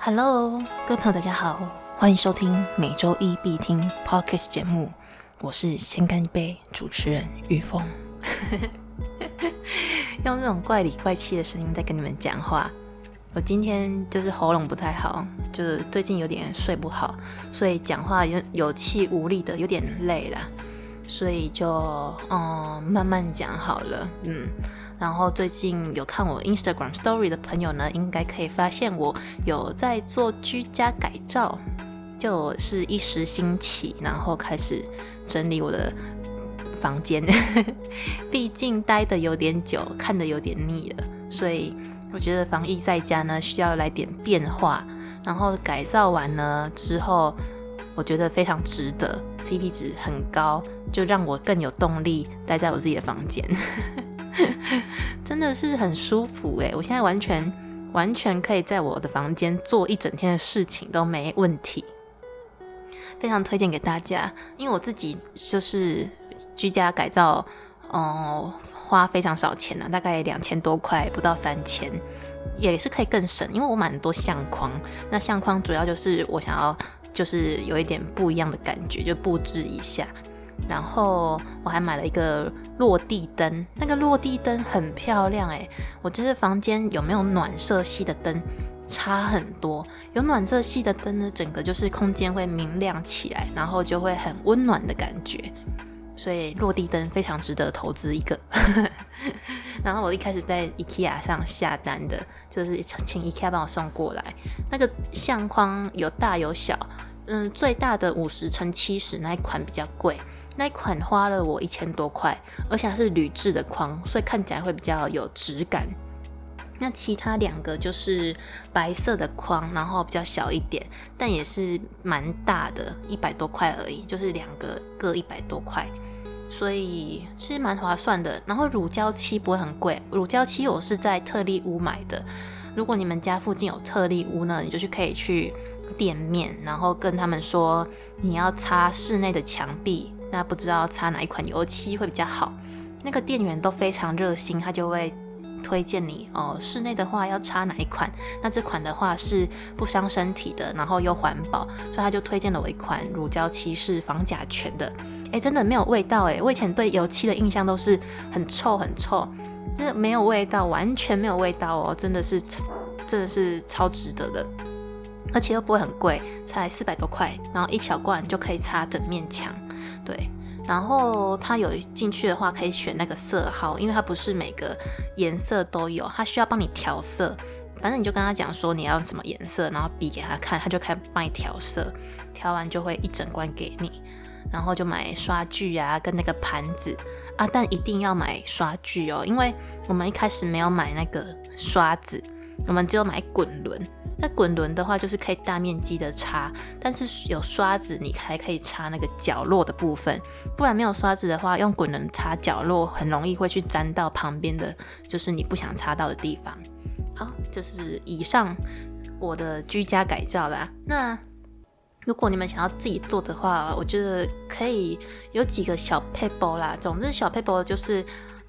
Hello，各位朋友，大家好，欢迎收听每周一必听 Podcast 节目，我是先干一杯主持人玉峰，用这种怪里怪气的声音在跟你们讲话。我今天就是喉咙不太好，就是最近有点睡不好，所以讲话有气无力的，有点累啦，所以就慢慢讲好了，然后最近有看我 Instagram Story 的朋友呢，应该可以发现我有在做居家改造，就是一时兴起，然后开始整理我的房间。毕竟待得有点久，看得有点腻了，所以我觉得防疫在家呢，需要来点变化。然后改造完呢之后，我觉得非常值得 ，CP 值很高，就让我更有动力待在我自己的房间。真的是很舒服耶，我现在完全可以在我的房间做一整天的事情都没问题，非常推荐给大家。因为我自己就是居家改造，花非常少钱大概2000多块，不到3000，也是可以更省。因为我买很多相框，那相框主要就是我想要就是有一点不一样的感觉，就布置一下。然后我还买了一个落地灯，那个落地灯很漂亮耶，我觉得房间有没有暖色系的灯差很多，有暖色系的灯呢，整个就是空间会明亮起来，然后就会很温暖的感觉，所以落地灯非常值得投资一个。然后我一开始在 IKEA 上下单的，就是请 IKEA 帮我送过来，那个相框有大有小，最大的50×70那一款比较贵，那一款花了我1000多块，而且它是铝制的框，所以看起来会比较有质感。那其他两个就是白色的框，然后比较小一点，但也是蛮大的，100多块而已，就是两个各100多块，所以是蛮划算的。然后乳胶漆不会很贵，乳胶漆我是在特力屋买的。如果你们家附近有特力屋呢，你就可以去店面，然后跟他们说你要擦室内的墙壁，那不知道擦哪一款油漆会比较好，那个店员都非常热心，他就会推荐你室内的话要擦哪一款，那这款的话是不伤身体的，然后又环保，所以他就推荐了我一款乳胶漆是防甲醛的。真的没有味道我以前对油漆的印象都是很臭很臭，真的没有味道，完全没有味道真的是超值得的，而且又不会很贵，才400多块，然后一小罐就可以擦整面墙。对，然后它有进去的话可以选那个色号，因为它不是每个颜色都有，它需要帮你调色，反正你就跟他讲说你要什么颜色，然后笔给他看，他就开始帮你调色，调完就会一整罐给你。然后就买刷具啊跟那个盘子啊，但一定要买刷具因为我们一开始没有买那个刷子，我们只有买滚轮。那滚轮的话就是可以大面积的擦，但是有刷子你还可以擦那个角落的部分，不然没有刷子的话，用滚轮擦角落很容易会去沾到旁边的就是你不想擦到的地方。好，就是以上我的居家改造啦。那如果你们想要自己做的话，我觉得可以有几个小撇步啦。总之小撇步就是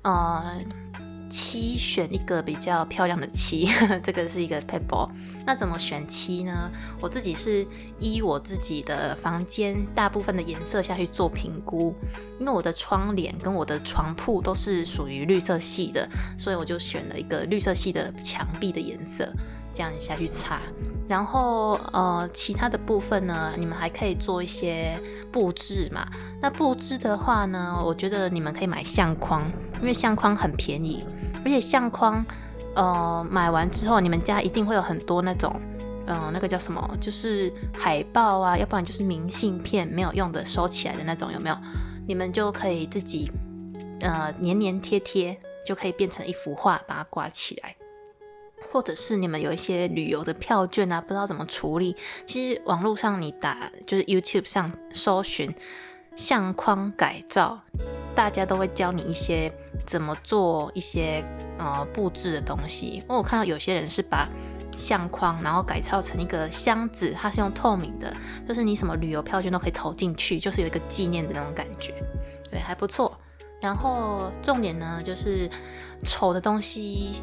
漆选一个比较漂亮的漆，这个是一个撇步。那怎么选漆呢？我自己是依我自己的房间大部分的颜色下去做评估，因为我的窗帘跟我的床铺都是属于绿色系的，所以我就选了一个绿色系的墙壁的颜色，这样下去擦。然后其他的部分呢，你们还可以做一些布置嘛。那布置的话呢，我觉得你们可以买相框，因为相框很便宜，而且相框买完之后，你们家一定会有很多那种那个叫什么，就是海报啊，要不然就是明信片没有用的收起来的那种，有没有？你们就可以自己粘粘贴贴，就可以变成一幅画，把它挂起来。或者是你们有一些旅游的票券啊，不知道怎么处理，其实网络上你打就是 YouTube 上搜寻相框改造，大家都会教你一些怎么做一些布置的东西。因为我看到有些人是把相框然后改造成一个箱子，它是用透明的，就是你什么旅游票券都可以投进去，就是有一个纪念的那种感觉，对，还不错。然后重点呢，就是丑的东西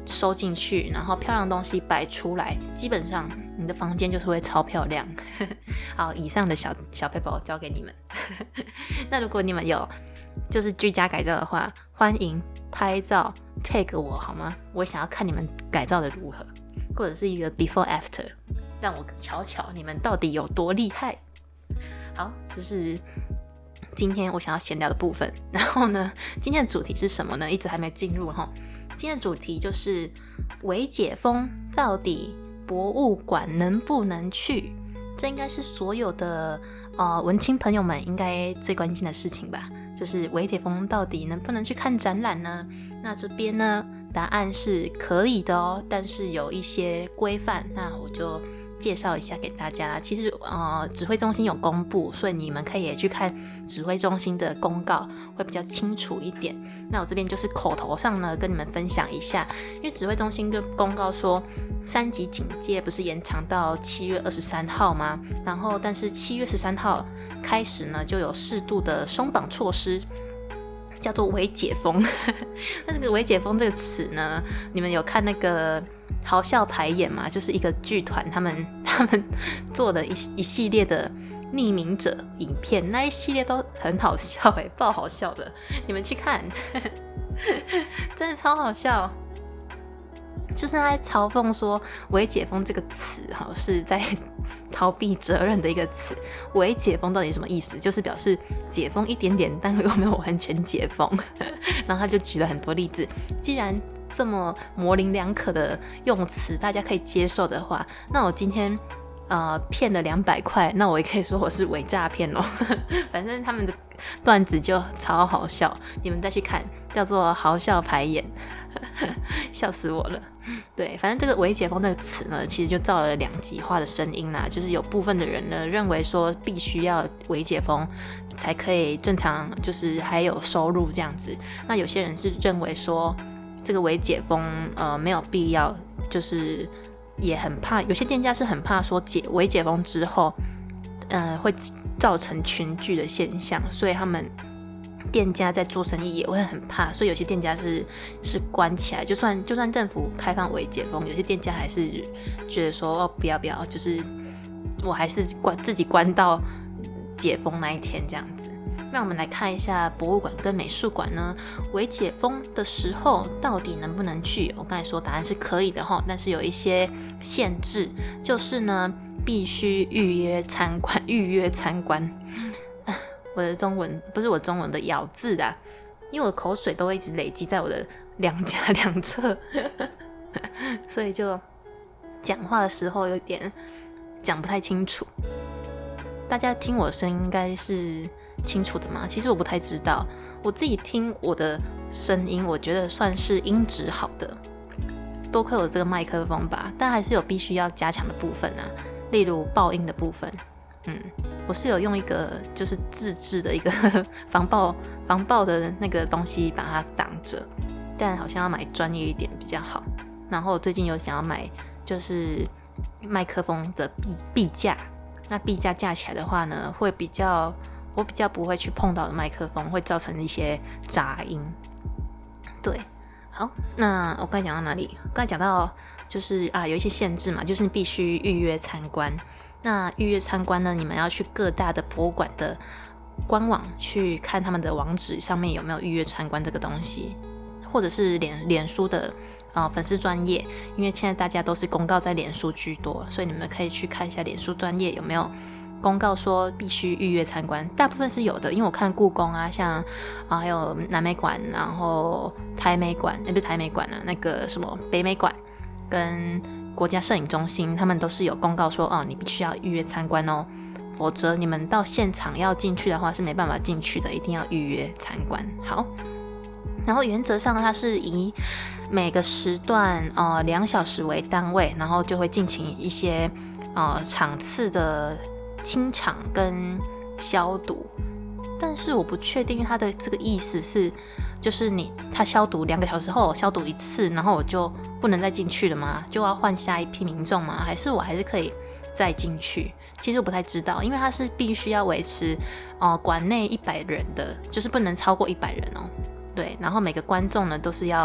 收进去，然后漂亮的东西摆出来，基本上你的房间就是会超漂亮。好，以上的小 paper 交给你们。那如果你们有就是居家改造的话，欢迎拍照 tag 我好吗？我想要看你们改造的如何，或者是一个 before after， 让我瞧瞧你们到底有多厉害。好，这是今天我想要闲聊的部分。然后呢，今天的主题是什么呢？一直还没进入齁。今天的主题就是微解封到底博物馆能不能去？这应该是所有的文青朋友们应该最关心的事情吧，就是微解封到底能不能去看展览呢？那这边呢，答案是可以的哦，但是有一些规范，那我就介绍一下给大家。其实指挥中心有公布，所以你们可以也去看指挥中心的公告，会比较清楚一点。那我这边就是口头上呢跟你们分享一下，因为指挥中心就公告说3级警戒不是延长到7月23号吗？然后但是7月13号开始呢就有适度的松绑措施，叫做微解封。那这个微解封这个词呢，你们有看那个好笑排演嘛？就是一个剧团他们做的一系列的匿名者影片，那一系列都很好笑爆好笑的，你们去看。真的超好笑。就是他在嘲讽说微解封这个词是在逃避责任的一个词。微解封到底什么意思？就是表示解封一点点，但又没有完全解封。然后他就举了很多例子，既然这么模棱两可的用词大家可以接受的话，那我今天骗了200块，那我也可以说我是伪诈骗哦。反正他们的段子就超好笑，你们再去看，叫做好笑排演。笑死我了。对，反正这个微解封这个词呢，其实就造了2极化的声音啦。就是有部分的人呢认为说必须要微解封才可以正常，就是还有收入这样子。那有些人是认为说这个微解封没有必要，就是也很怕，有些店家是很怕说微解封之后会造成群聚的现象，所以他们店家在做生意也会很怕，所以有些店家是关起来，就算政府开放微解封，有些店家还是觉得说不要，就是我还是自己关到解封那一天这样子。那我们来看一下博物馆跟美术馆呢，微解封的时候到底能不能去？我刚才说答案是可以的齁，但是有一些限制，就是呢必须预约参观。我的中文不是我中文的咬字啊，因为我口水都会一直累积在我的两颊两侧，所以就讲话的时候有点讲不太清楚。大家听我的声音应该是清楚的吗？其实我不太知道，我自己听我的声音，我觉得算是音质好的，多亏我这个麦克风吧，但还是有必须要加强的部分啊，例如爆音的部分。我是有用一个就是自制的一个防爆的那个东西把它挡着，但好像要买专业一点比较好。然后最近有想要买就是麦克风的臂架，那臂架架起来的话呢，我比较不会去碰到的麦克风，会造成一些杂音。对，好，那我刚才讲到哪里？刚才讲到就是有一些限制嘛，就是必须预约参观。那预约参观呢，你们要去各大的博物馆的官网去看他们的网址上面有没有预约参观这个东西，或者是脸书的粉丝专页，因为现在大家都是公告在脸书居多，所以你们可以去看一下脸书专页有没有公告说必须预约参观。大部分是有的，因为我看故宫啊，像还有南美馆，然后台美馆，不是台美馆那个什么北美馆跟国家摄影中心，他们都是有公告说你必须要预约参观哦，否则你们到现场要进去的话是没办法进去的，一定要预约参观。好，然后原则上它是以每个时段2小时为单位，然后就会进行一些场次的清场跟消毒。但是我不确定它的这个意思是就是它消毒2个小时后消毒1次，然后我就不能再进去了吗？就要换下一批民众吗？还是我还是可以再进去？其实我不太知道，因为它是必须要维持馆内100人的，就是不能超过100人哦。对，然后每个观众呢都是要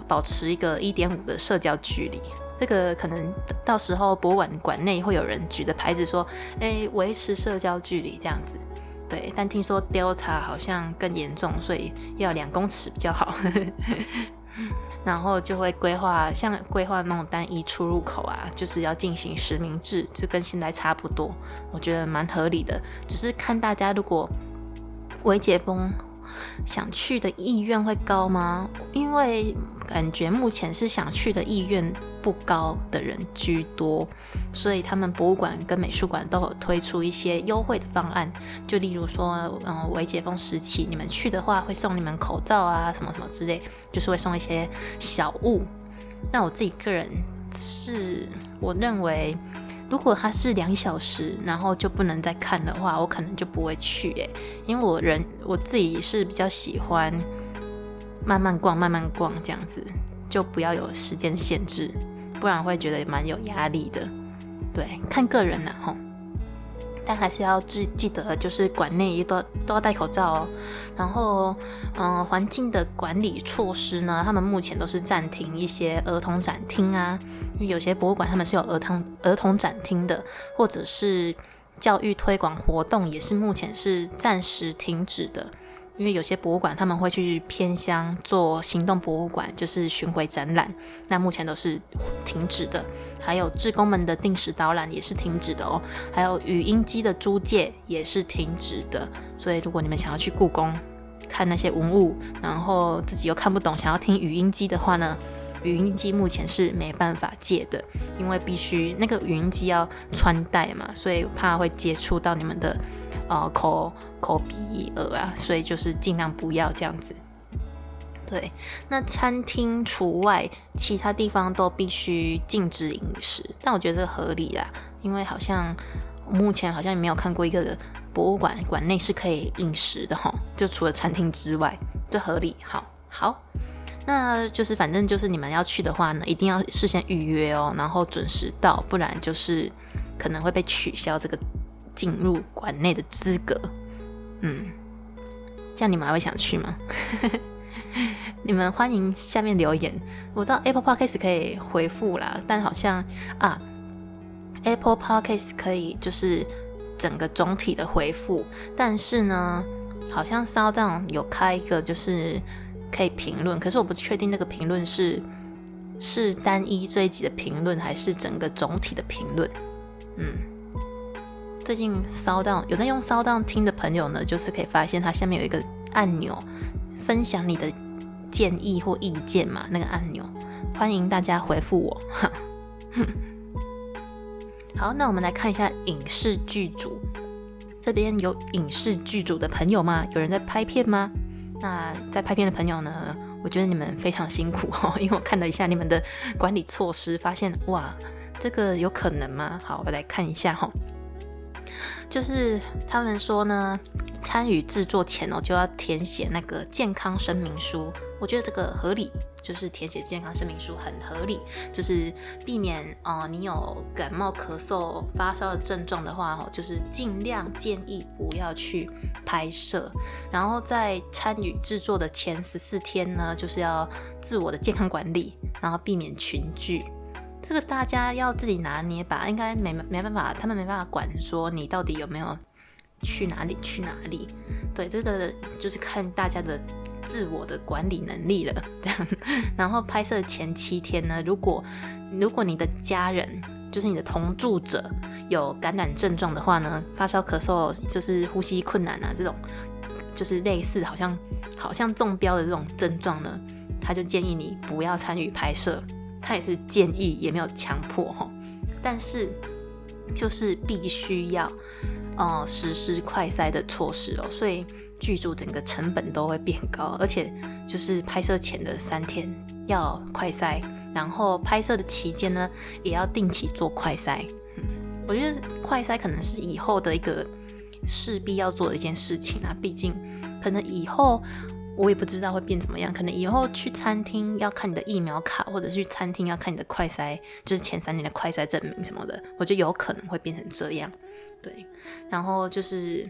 保持一个 1.5 的社交距离。这个可能到时候博物馆内会有人举着牌子说维持社交距离这样子。对，但听说 Delta 好像更严重，所以要2公尺比较好。然后就会规划那种单一出入口啊，就是要进行实名制，就跟现在差不多，我觉得蛮合理的。只是看大家如果微解封想去的意愿会高吗？因为感觉目前是想去的意愿不高的人居多，所以他们博物馆跟美术馆都有推出一些优惠的方案，就例如说微解封时期你们去的话会送你们口罩啊什么什么之类，就是会送一些小物。那我自己个人是我认为如果它是2小时然后就不能再看的话，我可能就不会去因为我自己是比较喜欢慢慢逛这样子，就不要有时间限制，不然会觉得蛮有压力的。对，看个人啦但还是要记得就是馆内都要戴口罩哦。然后环境的管理措施呢，他们目前都是暂停一些儿童展厅啊，因为有些博物馆他们是有儿童展厅的，或者是教育推广活动也是目前是暂时停止的。因为有些博物馆他们会去偏乡做行动博物馆，就是巡回展览，那目前都是停止的。还有志工们的定时导览也是停止的哦，还有语音机的租借也是停止的。所以如果你们想要去故宫看那些文物，然后自己又看不懂想要听语音机的话呢，语音机目前是没办法借的，因为必须那个语音机要穿戴嘛，所以怕会接触到你们的口鼻耳啊，所以就是尽量不要这样子。对，那餐厅除外，其他地方都必须禁止饮食，但我觉得这个合理啦，因为目前好像也没有看过一个博物馆内是可以饮食的就除了餐厅之外，这合理。好，那就是反正就是你们要去的话呢，一定要事先预约哦，然后准时到，不然就是可能会被取消这个进入馆内的资格。这样你们还会想去吗？你们欢迎下面留言。我知道 Apple Podcast 可以回复啦，但好像Apple Podcast 可以就是整个总体的回复，但是呢好像 SoundOn 有开一个就是可以评论，可是我不确定那个评论是单一这一集的评论还是整个总体的评论。最近有在用SoundOn听的朋友呢，就是可以发现它下面有一个按钮，分享你的建议或意见嘛，那个按钮，欢迎大家回复我。好，那我们来看一下影视剧组，这边有影视剧组的朋友吗？有人在拍片吗？那在拍片的朋友呢，我觉得你们非常辛苦因为我看了一下你们的管理措施，发现哇，这个有可能吗？好，我来看一下就是他们说呢，参与制作前就要填写那个健康声明书，我觉得这个合理，就是填写健康声明书很合理，就是避免你有感冒、咳嗽、发烧的症状的话就是尽量建议不要去拍摄。然后在参与制作的前14天呢，就是要自我的健康管理，然后避免群聚。这个大家要自己拿捏吧，应该没办法，他们没办法管说你到底有没有去哪里。对，这个就是看大家的自我的管理能力了。这样，然后拍摄前7天呢，如果你的家人就是你的同住者有感染症状的话呢，发烧、咳嗽，就是呼吸困难啊，这种就是类似好像中标的这种症状呢，他就建议你不要参与拍摄。他也是建议，也没有强迫但是就是必须要实施快筛的措施所以剧组整个成本都会变高，而且就是拍摄前的3天要快筛，然后拍摄的期间呢也要定期做快筛。我觉得快筛可能是以后的一个势必要做的一件事情啊，毕竟可能以后我也不知道会变怎么样，可能以后去餐厅要看你的疫苗卡，或者去餐厅要看你的快筛，就是前3年的快筛证明什么的，我觉得有可能会变成这样。对，然后就是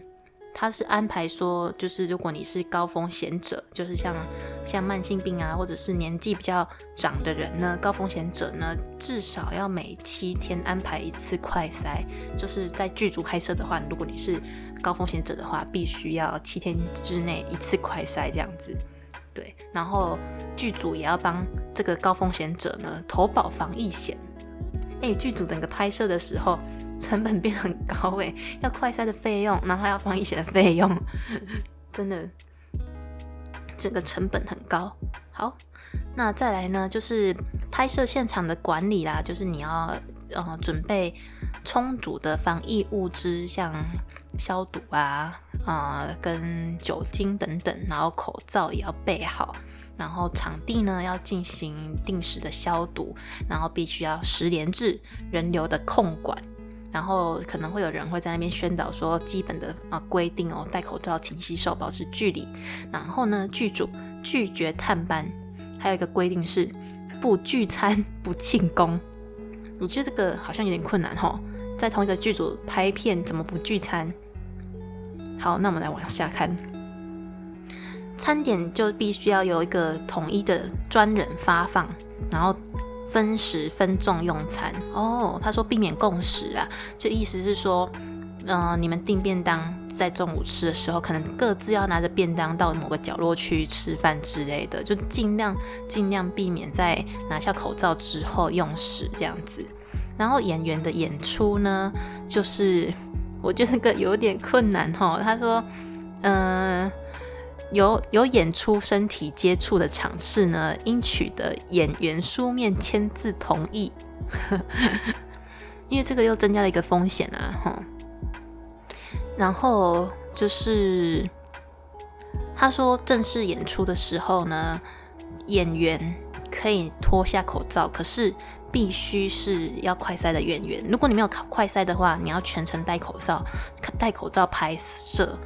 他是安排说，就是如果你是高风险者，就是像慢性病啊，或者是年纪比较长的人呢，高风险者呢，至少要每7天安排一次快筛。就是在剧组拍摄的话，如果你是高风险者的话，必须要7天之内一次快筛这样子。对，然后剧组也要帮这个高风险者呢投保防疫险。剧组整个拍摄的时候成本变很高要快筛的费用，然后还要防疫险的费用，真的整个成本很高。好，那再来呢，就是拍摄现场的管理啦，就是你要准备充足的防疫物资，像消毒啊，跟酒精等等，然后口罩也要备好。然后场地呢要进行定时的消毒，然后必须要实联制人流的控管，然后可能会有人会在那边宣导说基本的规定戴口罩、勤洗手、保持距离。然后呢，剧组拒绝探班，还有一个规定是不聚餐、不庆功。我觉得这个好像有点困难在同一个剧组拍片怎么不聚餐？好，那我们来往下看。餐点就必须要有一个统一的专人发放，然后分时分众用餐。他说避免共食啊，就意思是说，你们订便当在中午吃的时候，可能各自要拿着便当到某个角落去吃饭之类的，就尽量避免在拿下口罩之后用食这样子。然后演员的演出呢，就是我觉得这个有点困难他说，有演出身体接触的场次呢，应取得演员书面签字同意因为这个又增加了一个风险啊。然后就是他说正式演出的时候呢，演员可以脱下口罩，可是必须是要快筛的演员。如果你没有快筛的话，你要全程戴口罩拍摄。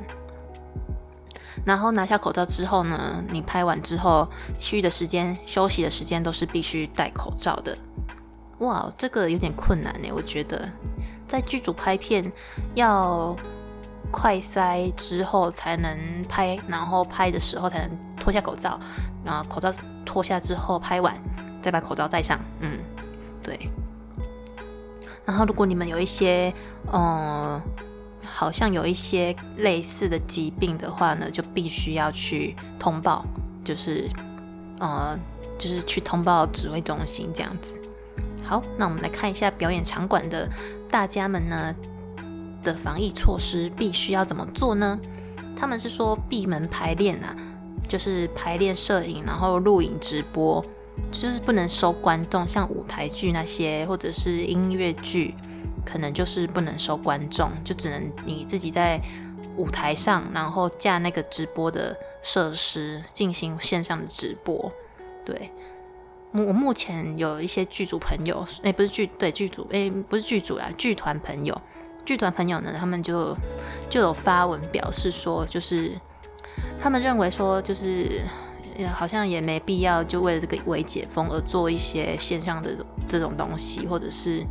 然后拿下口罩之后呢，你拍完之后，其余的时间休息的时间都是必须戴口罩的。哇，这个有点困难我觉得在剧组拍片要快筛之后才能拍，然后拍的时候才能脱下口罩，然后口罩脱下之后拍完再把口罩戴上。对。然后如果你们有一些好像有一些类似的疾病的话呢，就必须要去通报，就是去通报指挥中心这样子。好，那我们来看一下表演场馆的大家们呢的防疫措施必须要怎么做呢？他们是说闭门排练就是排练摄影，然后录影直播，就是不能收观众，像舞台剧那些或者是音乐剧可能就是不能收观众，就只能你自己在舞台上，然后架那个直播的设施进行线上的直播。对，我目前有一些剧组朋友，不是剧组啦，剧团朋友呢，他们就有发文表示说，就是他们认为说，就是好像也没必要就为了这个微解封而做一些线上的这种东西，或者是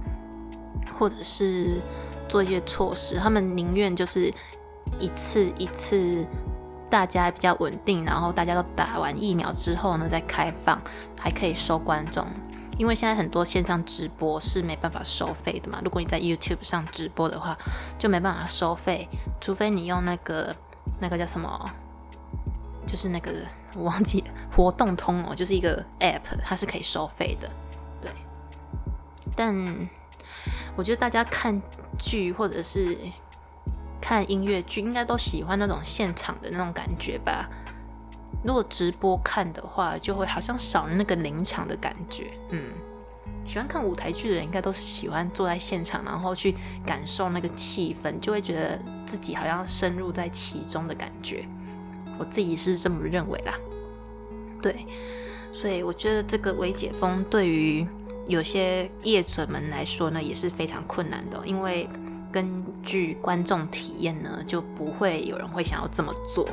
做一些措施，他们宁愿就是一次大家比较稳定，然后大家都打完疫苗之后呢再开放，还可以收观众。因为现在很多线上直播是没办法收费的嘛，如果你在 YouTube 上直播的话就没办法收费，除非你用那个叫什么，就是那个我忘记活动通就是一个 App， 它是可以收费的。对，但我觉得大家看剧或者是看音乐剧应该都喜欢那种现场的那种感觉吧。如果直播看的话，就会好像少了那个临场的感觉。喜欢看舞台剧的人应该都是喜欢坐在现场，然后去感受那个气氛，就会觉得自己好像深入在其中的感觉。我自己是这么认为啦。对，所以我觉得这个微解封对于有些业者们来说呢，也是非常困难的，因为根据观众体验呢，就不会有人会想要这么做。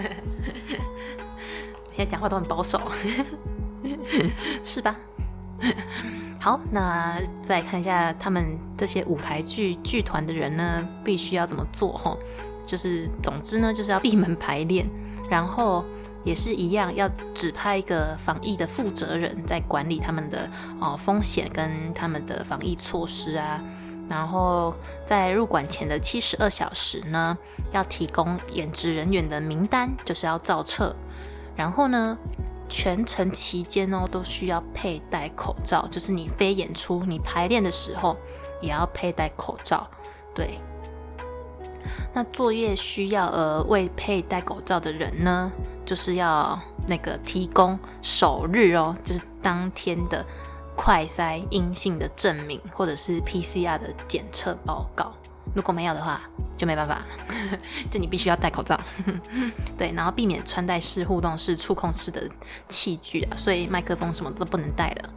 现在讲话都很保守，是吧？好，那再看一下他们这些舞台剧团的人呢，必须要怎么做就是总之呢，就是要闭门排练，然后也是一样要指派一个防疫的负责人在管理他们的风险跟他们的防疫措施啊。然后在入馆前的72小时呢，要提供演职人员的名单，就是要照册。然后呢，全程期间都需要佩戴口罩，就是你非演出，你排练的时候也要佩戴口罩。对，那作业需要未佩戴口罩的人呢，就是要那个提供首日就是当天的快筛阴性的证明，或者是 PCR 的检测报告。如果没有的话，就没办法，就你必须要戴口罩。对，然后避免穿戴式、互动式、触控式的器具啊，所以麦克风什么都不能带了。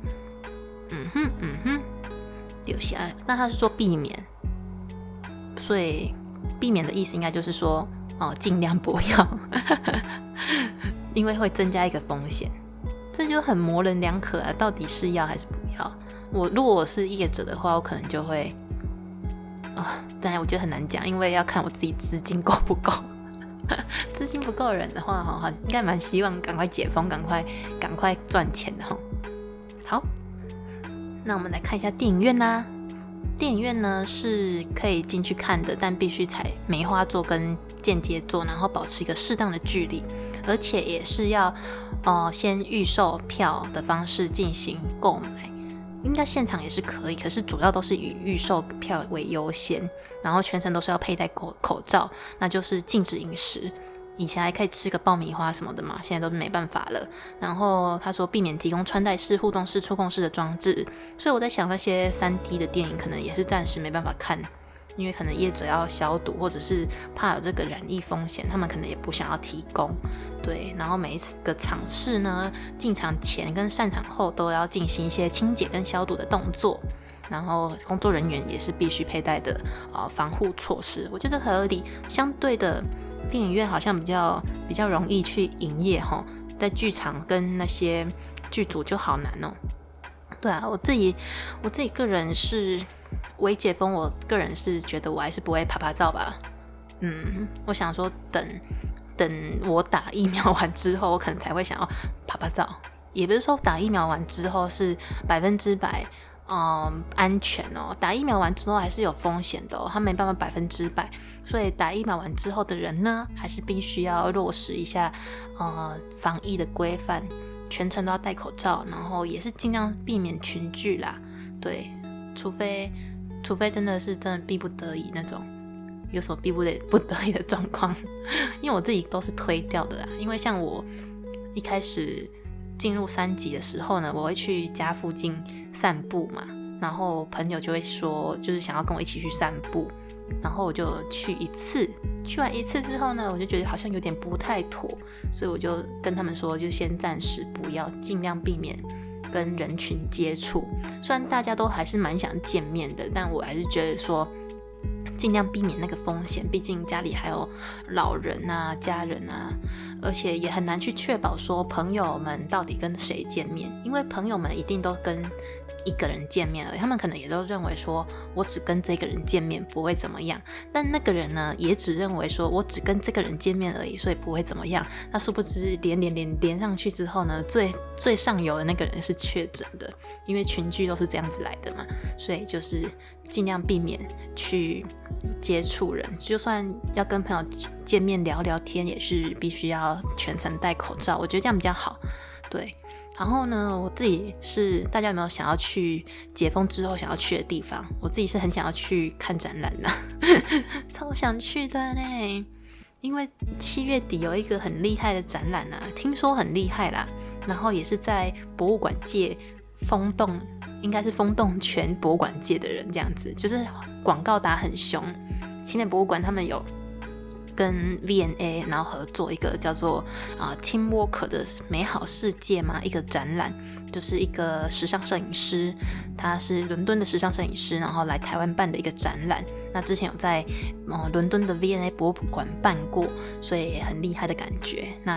留下。那他是说避免，所以避免的意思应该就是说，尽量不要，因为会增加一个风险。这就很模棱两可啊，到底是要还是不要？如果我是业者的话，我可能就会。当然我觉得很难讲，因为要看我自己资金够不够。资金不够的人的话，应该蛮希望赶快解封，赶快赚钱的哈。好，那我们来看一下电影院啦。电影院呢是可以进去看的，但必须采梅花座跟间接座，然后保持一个适当的距离，而且也是要先预售票的方式进行购买。应该现场也是可以，可是主要都是以预售票为优先，然后全程都是要佩戴口罩，那就是禁止饮食。以前还可以吃个爆米花什么的嘛，现在都没办法了。然后他说避免提供穿戴式、互动式、触控式的装置，所以我在想那些 3D 的电影可能也是暂时没办法看，因为可能业者要消毒，或者是怕有这个染疫风险，他们可能也不想要提供。对，然后每一个场次呢，进场前跟散场后都要进行一些清洁跟消毒的动作，然后工作人员也是必须佩戴的防护措施。我觉得合理。相对的，电影院好像比较容易去营业齁，在剧场跟那些剧组就好难哦。对啊，我自己个人是微解封，我个人是觉得我还是不会拍拍照吧。我想说等我打疫苗完之后，我可能才会想要拍拍照。也不是说打疫苗完之后是100%安全哦，打疫苗完之后还是有风险的哦，它没办法100%，所以打疫苗完之后的人呢，还是必须要落实一下防疫的规范，全程都要戴口罩，然后也是尽量避免群聚啦。对，除非真的逼不得已那种，有什么逼不得已的状况，因为我自己都是推掉的啦。因为像我一开始进入3级的时候呢，我会去家附近散步嘛，然后朋友就会说，就是想要跟我一起去散步，然后我就去完一次之后呢，我就觉得好像有点不太妥，所以我就跟他们说，就先暂时不要，尽量避免跟人群接触。虽然大家都还是蛮想见面的，但我还是觉得说尽量避免那个风险，毕竟家里还有老人啊、家人啊，而且也很难去确保说朋友们到底跟谁见面，因为朋友们一定都跟一个人见面而已，他们可能也都认为说我只跟这个人见面不会怎么样，但那个人呢也只认为说我只跟这个人见面而已，所以不会怎么样。那殊不知连上去之后呢，最上游的那个人是确诊的，因为群聚都是这样子来的嘛，所以就是尽量避免去接触人，就算要跟朋友见面聊聊天，也是必须要全程戴口罩，我觉得这样比较好。对，然后呢，我自己是大家有没有想要去解封之后想要去的地方？我自己是很想要去看展览啦，超想去的呢。因为7月底有一个很厉害的展览啊，听说很厉害啦，然后也是在博物馆界轰动，应该是轰动全博物馆界的人这样子，就是广告打很凶。奇美博物馆他们有跟 V&A 然后合作一个叫做Team Walker 的美好世界嘛，一个展览，就是一个时尚摄影师，他是伦敦的时尚摄影师，然后来台湾办的一个展览。那之前有在伦敦的 V&A 博物馆办过，所以很厉害的感觉。那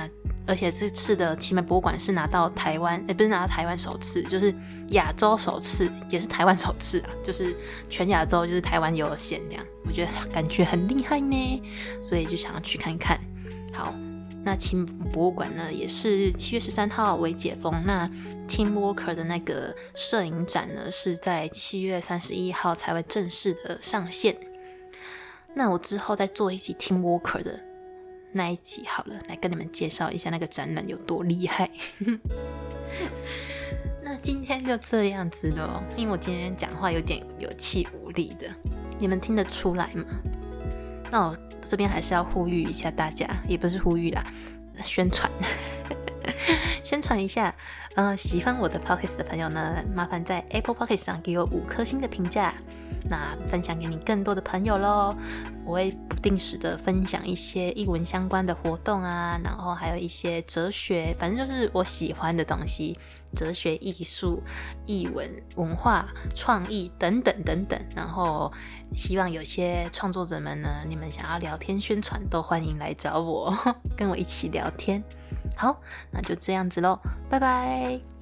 而且这次的奇美博物馆是拿到台湾，不是拿到台湾首次，就是亚洲首次，也是台湾首次啊，就是全亚洲就是台湾有线这样，我觉得感觉很厉害呢，所以就想要去看看。好，那奇美博物馆呢也是7月13号为解封，那 Tim Walker 的那个摄影展呢是在7月31号才会正式的上线。那我之后再做一集 Tim Walker 的那一集好了，来跟你们介绍一下那个展览有多厉害。那今天就这样子咯，因为我今天讲话有点有气无力的，你们听得出来吗？那我这边还是要呼吁一下大家，也不是呼吁啦，宣传宣传一下，喜欢我的 Podcast 的朋友呢，麻烦在 Apple Podcast 上给我5颗星的评价，那分享给你更多的朋友咯。我会不定时的分享一些艺文相关的活动啊，然后还有一些哲学，反正就是我喜欢的东西，哲学、艺术、艺文、文化、创意等等等等。然后希望有些创作者们呢，你们想要聊天宣传，都欢迎来找我，跟我一起聊天。好，那就这样子咯，拜拜。